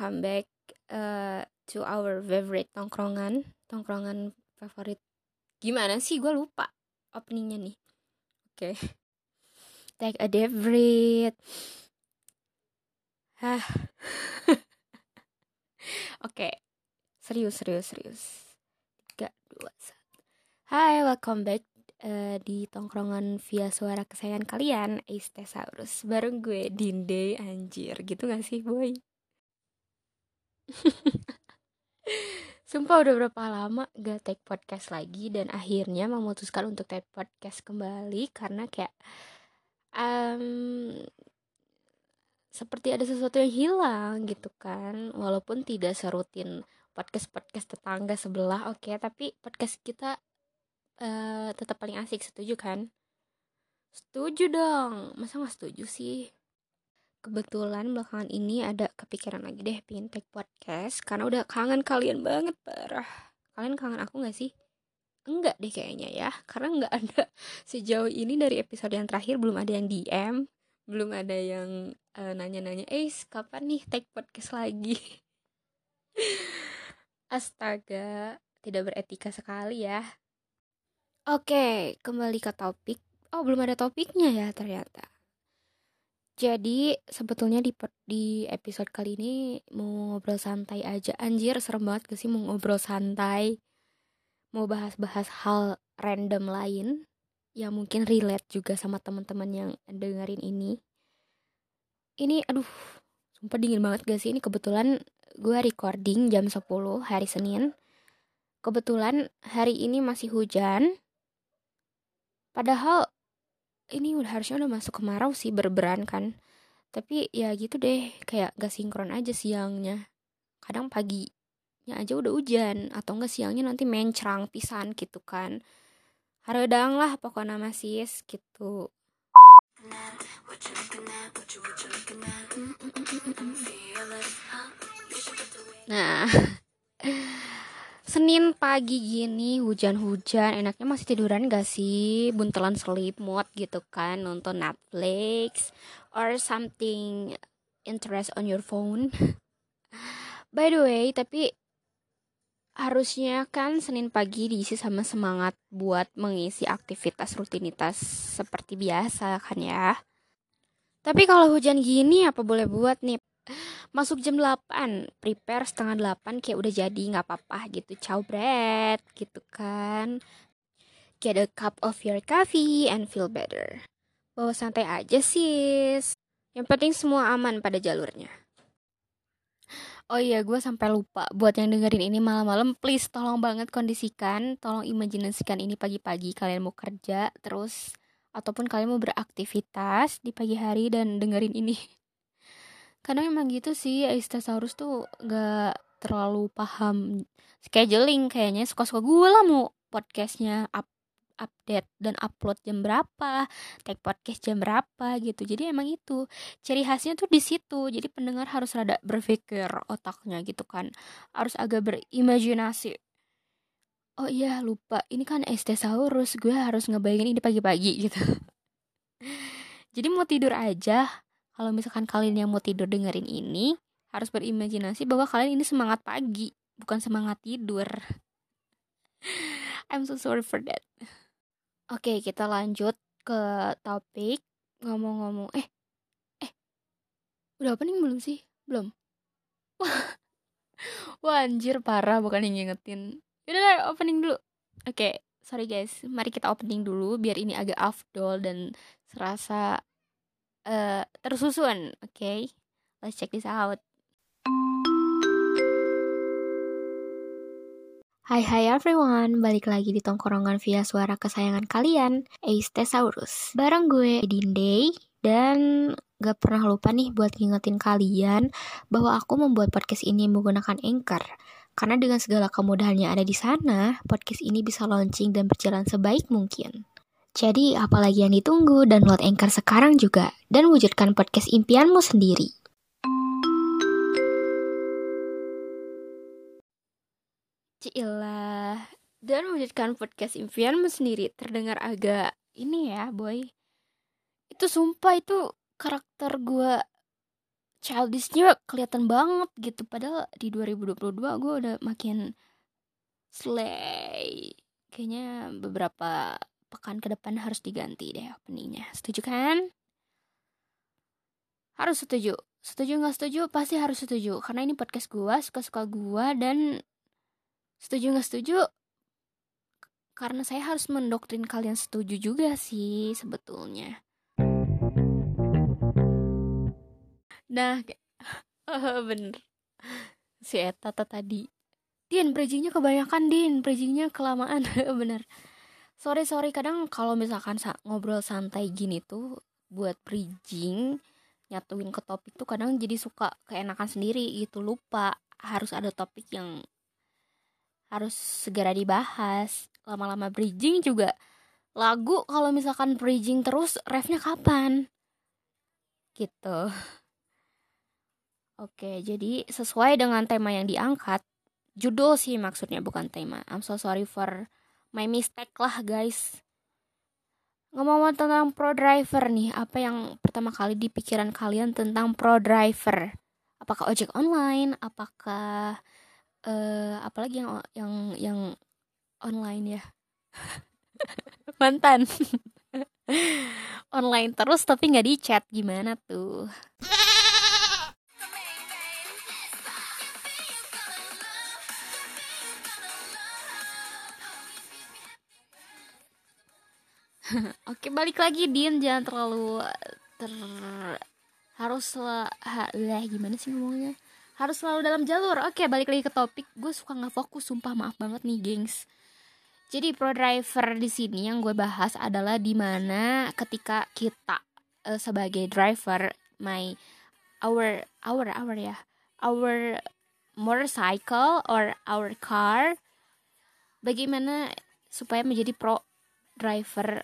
welcome back to our favorite tongkrongan favorit. Gimana sih, gue lupa openingnya nih. Oke. Take a deep breath. Oke. Serius. 3, 2, 1. Hai, welcome back di tongkrongan via suara kesayangan kalian, Eistesaurus. Bareng gue, Dinde, anjir. Gitu gak sih, boy? Sumpah udah berapa lama gak take podcast lagi, dan akhirnya memutuskan untuk take podcast kembali karena kayak seperti ada sesuatu yang hilang gitu kan. Walaupun tidak serutin podcast tetangga sebelah, oke, tapi podcast kita tetap paling asik. Setuju kan? Setuju dong, masa gak setuju sih? Kebetulan belakangan ini ada kepikiran lagi deh pengen take podcast karena udah kangen kalian banget, parah. Kalian kangen aku gak sih? Enggak deh kayaknya ya, karena gak ada sejauh ini dari episode yang terakhir. Belum ada yang DM, belum ada yang nanya-nanya, kapan nih take podcast lagi? Astaga, tidak beretika sekali ya. Oke, kembali ke topik. Oh, belum ada topiknya ya ternyata. Jadi sebetulnya di episode kali ini mau ngobrol santai aja. Anjir, serem banget gak sih mau ngobrol santai? Mau bahas-bahas hal random lain yang mungkin relate juga sama teman-teman yang dengerin ini. Ini aduh, sumpah dingin banget gak sih? Ini kebetulan gue recording jam 10 hari Senin. Kebetulan hari ini masih hujan. Padahal ini harusnya udah masuk kemarau sih, berberan kan. Tapi ya gitu deh, kayak gak sinkron aja siangnya. Kadang paginya aja udah hujan, atau enggak siangnya nanti mencrang pisan gitu kan. Hareudang lah pokoknya sis gitu. Nah, Senin pagi gini hujan-hujan, enaknya masih tiduran gak sih? Buntelan selimut gitu kan, nonton Netflix or something interest on your phone. By the way, tapi harusnya kan Senin pagi diisi sama semangat buat mengisi aktivitas rutinitas seperti biasa kan ya. Tapi kalau hujan gini apa boleh buat nih? Masuk jam 8, prepare setengah 8 kayak udah jadi, gak apa-apa gitu, ciao bread gitu kan. Get a cup of your coffee and feel better. Bawa santai aja sis, yang penting semua aman pada jalurnya. Oh iya, gue sampai lupa, buat yang dengerin ini malam-malam, please tolong banget kondisikan, tolong imajinasikan ini pagi-pagi kalian mau kerja, terus ataupun kalian mau beraktivitas di pagi hari dan dengerin ini. Karena emang gitu sih, Eistesaurus tuh gak terlalu paham scheduling, kayaknya suka-suka gue lah mau podcastnya update dan upload jam berapa, take podcast jam berapa gitu. Jadi emang itu ciri khasnya tuh di situ. Jadi pendengar harus rada berpikir otaknya gitu kan, harus agak berimajinasi. Oh iya lupa, ini kan Eistesaurus, gue harus ngebayangin ini pagi-pagi gitu. Jadi mau tidur aja, kalau misalkan kalian yang mau tidur dengerin ini, harus berimajinasi bahwa kalian ini semangat pagi, bukan semangat tidur. I'm so sorry for that. Oke, kita lanjut ke topik. Ngomong-ngomong, udah opening belum sih? Belum. Wah anjir, parah, bukan yang ngingetin. Yaudah, opening dulu. Oke, sorry guys, mari kita opening dulu biar ini agak afdol dan serasa tersusun. Oke, let's check this out. Hai everyone, balik lagi di tongkrongan via suara kesayangan kalian, Eistesaurus. Bareng gue, Dinde, dan gak pernah lupa nih buat ngingetin kalian bahwa aku membuat podcast ini menggunakan Anchor. Karena dengan segala kemudahan yang ada di sana, podcast ini bisa launching dan berjalan sebaik mungkin. Jadi, apalagi yang ditunggu, download Anchor sekarang juga, dan wujudkan podcast impianmu sendiri. Cilah, dan wujudkan podcast impianmu sendiri. Terdengar agak ini ya, boy. Itu sumpah, itu karakter gue childishnya kelihatan banget gitu. Padahal di 2022 gue udah makin slay. Kayaknya beberapa pekan ke depan harus diganti deh openingnya. Setuju kan? Harus setuju. Setuju gak setuju? Pasti harus setuju. Karena ini podcast gue, suka-suka gue. Dan setuju gak setuju? Karena saya harus mendoktrin kalian setuju juga sih sebetulnya. Nah, bener. Si Eta tadi. Din, bridgingnya kebanyakan, Din. Bridgingnya kelamaan. Bener. Sorry, kadang kalau misalkan ngobrol santai gini tuh buat bridging, nyatuin ke topik tuh kadang jadi suka keenakan sendiri gitu. Lupa harus ada topik yang harus segera dibahas. Lama-lama bridging juga lagu, kalau misalkan bridging terus refnya kapan? Gitu. Oke, jadi sesuai dengan tema yang diangkat, judul sih maksudnya, bukan tema. I'm so sorry for my mistake lah guys. Ngomong tentang pro driver nih, apa yang pertama kali di pikiran kalian tentang pro driver? Apakah ojek online? Apakah apalagi yang online ya? Mantan. Online terus tapi nggak di chat, gimana tuh? Oke, balik lagi Din, jangan terlalu harus gimana sih ngomongnya? Harus selalu dalam jalur. Oke, balik lagi ke topik. Gue suka nggak fokus, sumpah, maaf banget nih, gengs. Jadi pro driver di sini yang gue bahas adalah dimana ketika kita sebagai driver, our motorcycle or our car, bagaimana supaya menjadi pro driver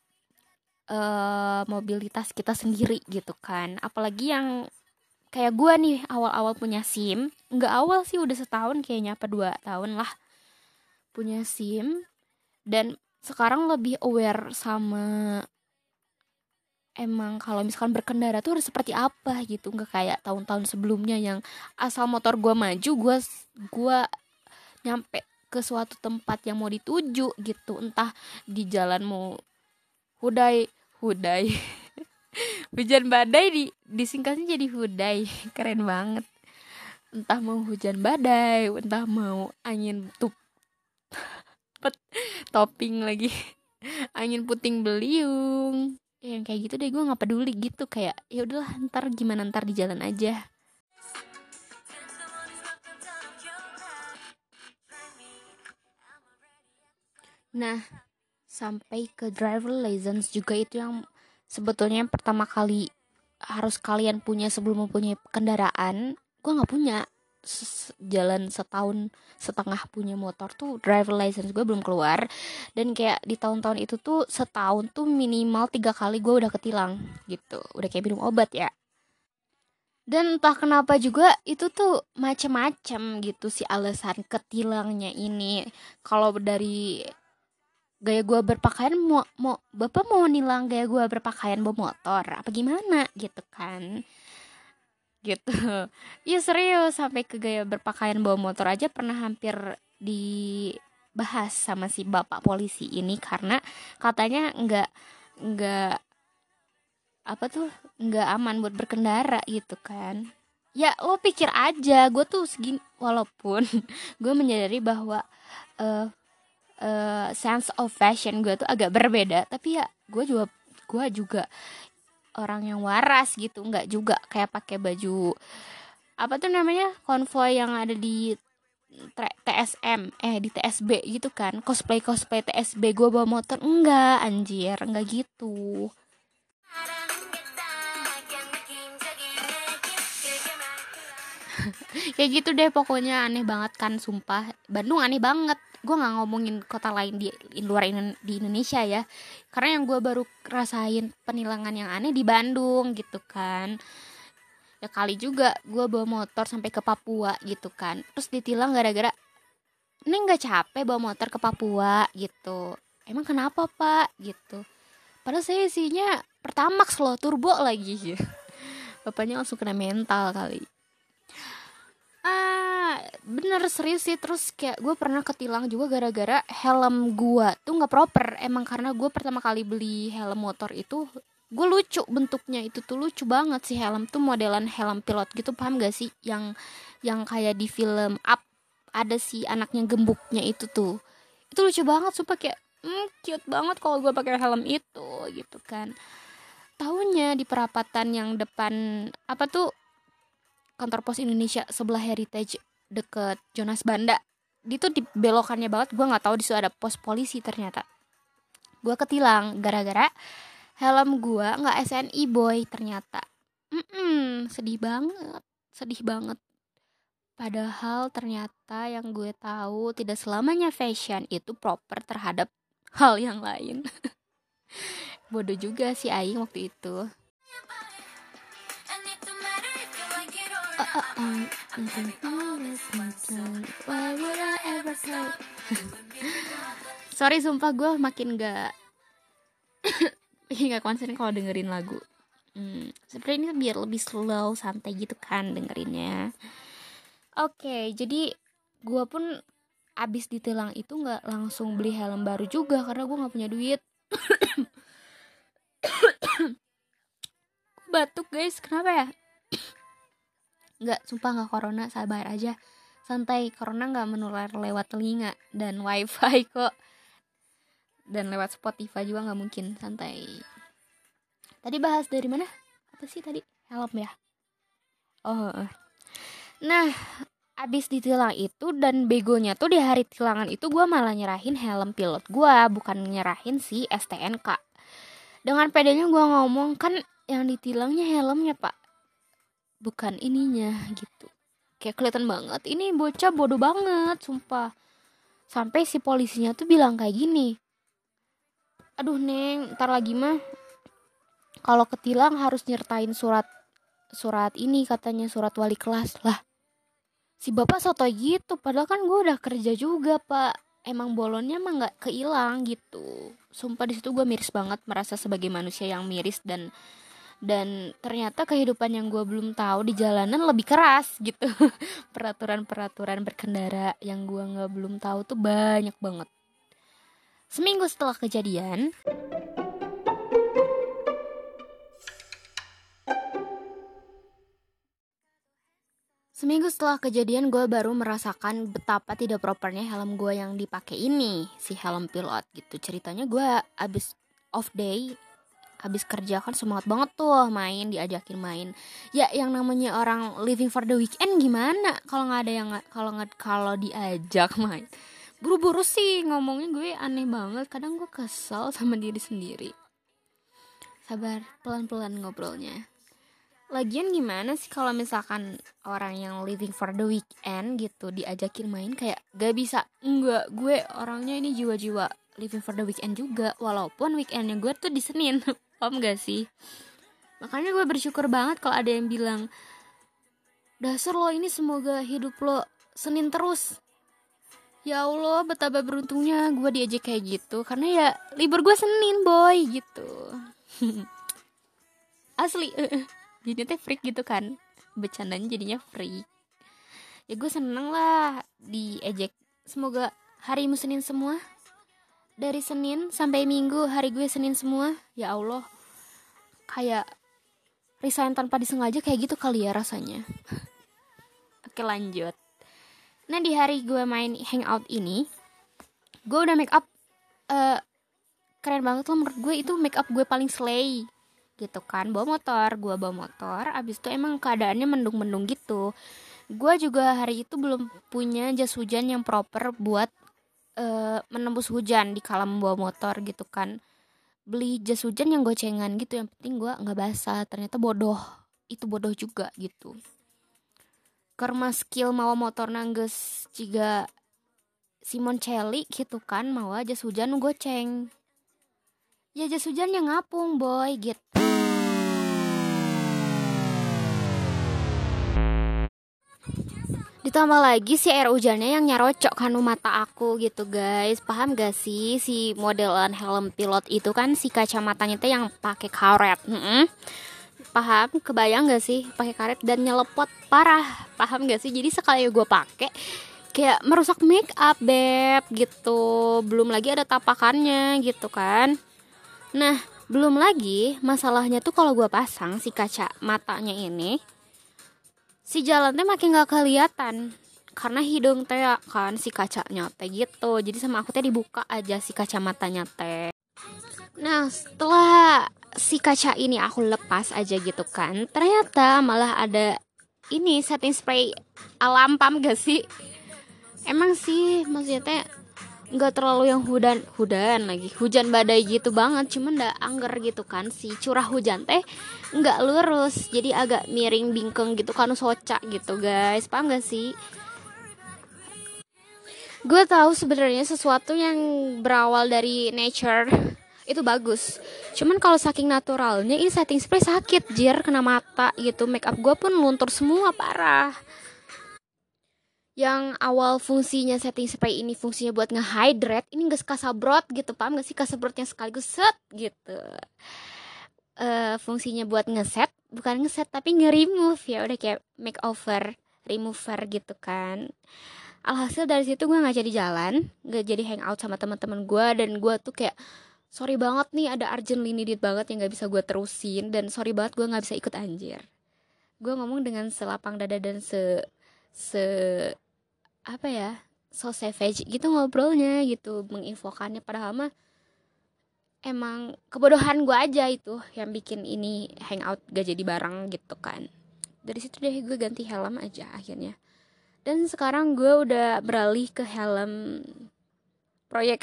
mobilitas kita sendiri gitu kan. Apalagi yang kayak gue nih, awal-awal punya SIM. Nggak awal sih, udah setahun kayaknya, apa 2 tahun lah punya SIM. Dan sekarang lebih aware sama emang kalau misalkan berkendara tuh harus seperti apa gitu. Nggak kayak tahun-tahun sebelumnya yang asal motor gue maju, gue nyampe ke suatu tempat yang mau dituju gitu. Entah di jalan mau hudai hujan badai disingkatnya jadi hudai. Keren banget. Entah mau hujan badai, entah mau angin topping lagi, angin puting beliung, yang kayak gitu deh. Gue nggak peduli gitu, kayak ya udahlah, ntar gimana, ntar di jalan aja. Nah, sampai ke driver license juga, itu yang sebetulnya yang pertama kali harus kalian punya sebelum mempunyai kendaraan. Gue nggak punya. Jalan setahun setengah punya motor tuh driver license gue belum keluar. Dan kayak di tahun-tahun itu tuh setahun tuh minimal 3 kali gue udah ketilang gitu, udah kayak minum obat ya. Dan entah kenapa juga itu tuh macem-macem gitu sih alasan ketilangnya ini. Kalau dari gaya gue berpakaian, mau bapak mau nilang gaya gue berpakaian bawa motor apa gimana gitu kan, gitu. Iya serius, sampai ke gaya berpakaian bawa motor aja pernah hampir dibahas sama si bapak polisi ini, karena katanya nggak apa tuh, nggak aman buat berkendara gitu kan. Ya lo pikir aja, gue tuh segini, walaupun gue menyadari bahwa sense of fashion gue tuh agak berbeda, tapi ya gue juga orang yang waras gitu, nggak juga kayak pakai baju apa tuh namanya, konvoy yang ada di TSM di TSB gitu kan, cosplay TSB. Gue bawa motor, enggak anjir, enggak gitu. Kayak gitu deh pokoknya, aneh banget kan, sumpah. Bandung aneh banget. Gue nggak ngomongin kota lain di luar di Indonesia ya, karena yang gue baru rasain penilangan yang aneh di Bandung gitu kan. Ya kali juga gue bawa motor sampai ke Papua gitu kan, terus ditilang gara-gara Neng nggak capek bawa motor ke Papua gitu. Emang kenapa pak gitu, padahal saya isinya Pertamax loh, turbo lagi. Bapaknya langsung kena mental kali. Bener serius sih. Terus kayak gue pernah ketilang juga gara-gara helm gue tuh nggak proper. Emang karena gue pertama kali beli helm motor itu, gue lucu bentuknya, itu tuh lucu banget sih. Helm tuh modelan helm pilot gitu, paham gak sih? Yang kayak di film Up ada si anaknya gembuknya itu tuh. Itu lucu banget, sumpah kayak cute banget kalau gue pakai helm itu gitu kan. Taunya di perapatan yang depan apa tuh, kantor pos Indonesia sebelah Heritage deket Jonas Banda. Di tuh di belokannya banget, gue nggak tahu di situ ada pos polisi. Ternyata gue ketilang gara-gara helm gue nggak SNI boy ternyata. Sedih banget, sedih banget. Padahal ternyata yang gue tahu tidak selamanya fashion itu proper terhadap hal yang lain. Bodoh juga si Aing waktu itu. Sorry sumpah gue makin gak konsen kalau dengerin lagu. Sebenarnya ini biar lebih slow, santai gitu kan dengerinnya. Oke, jadi gue pun abis ditilang itu gak langsung beli helm baru juga karena gue gak punya duit. Batuk guys, kenapa ya? Nggak, sumpah nggak corona, sabar aja, santai. Corona nggak menular lewat telinga dan wifi kok, dan lewat Spotify juga nggak mungkin, santai. Tadi bahas dari mana? Apa sih tadi? Helm ya? Oh, nah abis ditilang itu, dan begonya tuh di hari tilangan itu gue malah nyerahin helm pilot gue, bukan nyerahin si STNK. Dengan pedenya gue ngomong, kan yang ditilangnya helmnya pak, bukan ininya gitu. Kayak kelihatan banget ini bocah bodoh banget sumpah. Sampai si polisinya tuh bilang kayak gini, aduh neng, ntar lagi mah kalau ketilang harus nyertain surat ini, katanya surat wali kelas. Lah si bapak sotoy gitu, padahal kan gue udah kerja juga pak, emang bolonnya mah nggak keilang gitu. Sumpah di situ gue miris banget, merasa sebagai manusia yang miris, dan ternyata kehidupan yang gue belum tahu di jalanan lebih keras gitu. Peraturan berkendara yang gue belum tahu tuh banyak banget. Seminggu setelah kejadian, gue baru merasakan betapa tidak propernya helm gue yang dipakai ini, si helm pilot gitu. Ceritanya gue abis off day, habis kerja kan semangat banget tuh main, diajakin main. Ya yang namanya orang living for the weekend gimana kalau nggak ada yang kalau diajak main. Buru-buru sih ngomongnya, gue aneh banget. Kadang gue kesel sama diri sendiri. Sabar, pelan-pelan ngobrolnya. Lagian gimana sih kalau misalkan orang yang living for the weekend gitu diajakin main, kayak gak bisa. Enggak, gue orangnya ini jiwa-jiwa living for the weekend juga, walaupun weekendnya gue tuh di Senin. Paham gak sih? Makanya gue bersyukur banget kalau ada yang bilang, dasar lo ini semoga hidup lo Senin terus. Ya Allah, betapa beruntungnya gue diajak kayak gitu, karena ya libur gue Senin boy gitu. Asli jadinya teh freak gitu kan, bercandanya jadinya freak. Ya gue seneng lah diejek. Semoga harimu Senin semua, dari Senin sampai Minggu hari gue Senin semua. Ya Allah, kayak resign tanpa disengaja kayak gitu kali ya rasanya. Oke lanjut. Nah di hari gue main hangout ini, gue udah make up keren banget loh menurut gue. Itu make up gue paling slay gitu kan. Gue bawa motor. Abis itu emang keadaannya mendung-mendung gitu. Gue juga hari itu belum punya jas hujan yang proper buat menembus hujan di kala membawa motor gitu kan. Beli jas hujan yang gocengan gitu, yang penting gue nggak basah. Ternyata bodoh, itu bodoh juga gitu. Karena skill mawa motor nangges juga Simon Celi gitu kan, mawa jas hujan goceng. Ya jas hujan yang ngapung boy gitu. Ditambah lagi si air hujannya yang nyarocok kanu mata aku gitu guys. Paham gak sih, si modelan helm pilot itu kan si kacamatanya tuh yang pakai karet. paham, kebayang gak sih pakai karet dan nyelepot parah, paham gak sih? Jadi sekali gue pakai kayak merusak make up beb gitu, belum lagi ada tapakannya gitu kan. Nah belum lagi masalahnya tuh kalau gue pasang si kaca matanya ini, si jalannya makin gak kelihatan karena hidung teh kan si kacanya teh gitu. Jadi sama aku teh dibuka aja si kacamatanya teh. Nah setelah si kaca ini aku lepas aja gitu kan, ternyata malah ada ini setting spray alam, pam gak sih? Emang sih maksudnya teh nggak terlalu yang hujan badai gitu banget, cuman nggak angger gitu kan, si curah hujan teh nggak lurus, jadi agak miring bingkeng gitu kan, soca gitu guys, paham gak sih? Gue tahu sebenarnya sesuatu yang berawal dari nature itu bagus. Cuman kalau saking naturalnya ini setting spray sakit jir, kena mata gitu. Make up gue pun luntur semua parah. Yang awal fungsinya setting spray ini fungsinya buat nge-hydrate, ini gak kasabrot gitu, paham gak sih? Kasabrotnya sekaligus set gitu. Fungsinya buat ngeset, bukan ngeset tapi nge-remove, ya udah kayak makeover, remover gitu kan. Alhasil dari situ gue nggak jadi jalan, nggak jadi hangout sama teman-teman gue, dan gue tuh kayak sorry banget nih, ada urgently needed banget yang nggak bisa gue terusin, dan sorry banget gue nggak bisa ikut anjir. Gue ngomong dengan selapang dada dan se apa ya, so savage gitu ngobrolnya gitu, menginfokannya, padahal mah emang kebodohan gue aja itu yang bikin ini hangout gak jadi bareng gitu kan. Dari situ deh gue ganti helm aja akhirnya. Dan sekarang gue udah beralih ke helm proyek.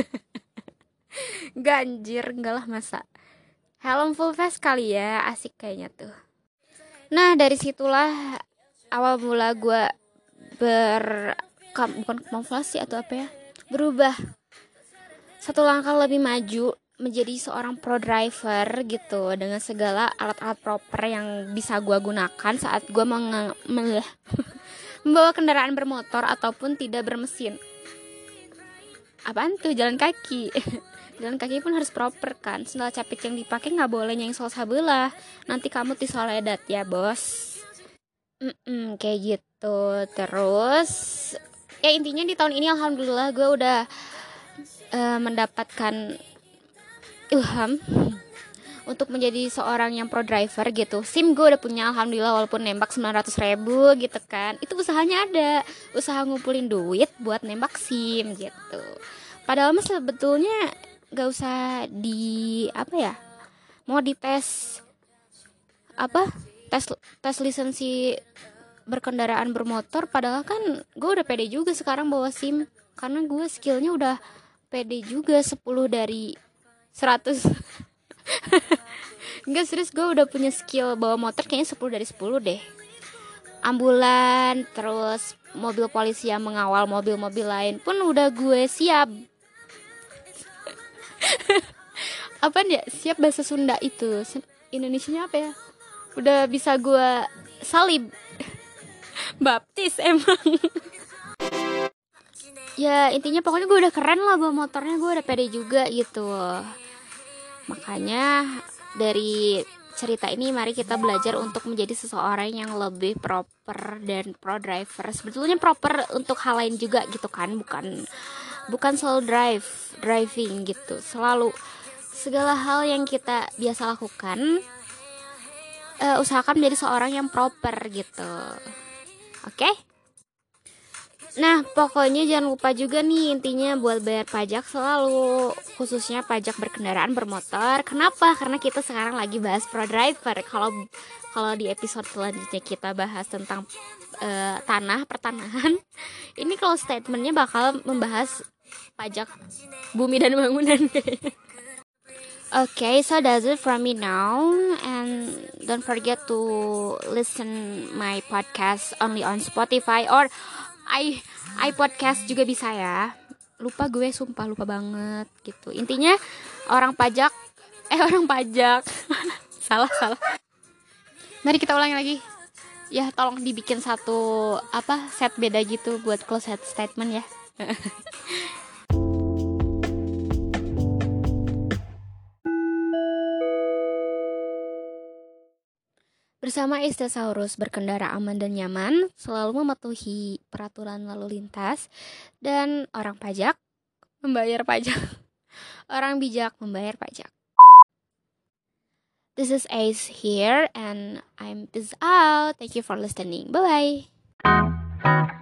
Ganjir, enggak lah masa. Helm full face kali ya, asik kayaknya tuh. Nah dari situlah awal mula gue bukan kamuflasi atau apa ya, berubah satu langkah lebih maju menjadi seorang pro driver gitu, dengan segala alat-alat proper yang bisa gue gunakan saat gue membawa kendaraan bermotor ataupun tidak bermesin. Apaan tuh, jalan kaki. Jalan kaki pun harus proper kan. Sendal capit yang dipakai nggak boleh nyengsel sabelah, nanti kamu tisoledat ya bos. Kayak gitu. Terus ya intinya di tahun ini alhamdulillah gue udah mendapatkan ilham untuk menjadi seorang yang pro driver gitu. SIM gue udah punya alhamdulillah, walaupun nembak 900.000 gitu kan, itu usahanya ada, usaha ngumpulin duit buat nembak SIM gitu. Padahal mah sebetulnya gak usah di apa ya, mau dites apa, tes lisensi berkendaraan bermotor, padahal kan gue udah pede juga sekarang bawa SIM, karena gue skillnya udah pede juga 10 dari 100. Enggak serius, gue udah punya skill bawa motor kayaknya 10 dari 10 deh. Ambulan, terus mobil polisi yang mengawal mobil-mobil lain pun udah gue siap. Apaan ya, siap bahasa Sunda itu, Indonesianya apa ya, udah bisa gue salib. Baptis emang. Ya intinya pokoknya gue udah keren lah bawa motornya, gue udah pede juga gitu. Makanya dari cerita ini mari kita belajar untuk menjadi seseorang yang lebih proper dan pro driver. Sebetulnya proper untuk hal lain juga gitu kan, bukan selalu driving gitu. Selalu segala hal yang kita biasa lakukan, usahakan menjadi seorang yang proper gitu. Oke? Nah pokoknya jangan lupa juga nih intinya buat bayar pajak selalu, khususnya pajak berkendaraan bermotor. Kenapa? Karena kita sekarang lagi bahas pro driver. Kalau di episode selanjutnya kita bahas tentang pertanahan, ini kalau statementnya bakal membahas pajak bumi dan bangunan. Okay, so that's it from me now, and don't forget to listen my podcast only on Spotify or I podcast juga bisa ya. Lupa gue, sumpah lupa banget gitu. Intinya orang pajak salah. Mari kita ulangi lagi. Ya tolong dibikin satu set beda gitu buat close statement ya. Bersama Istasaurus berkendara aman dan nyaman, selalu mematuhi peraturan lalu lintas, dan orang pajak membayar pajak. Orang bijak membayar pajak. This is Ace here and I'm peace out. Thank you for listening. Bye bye.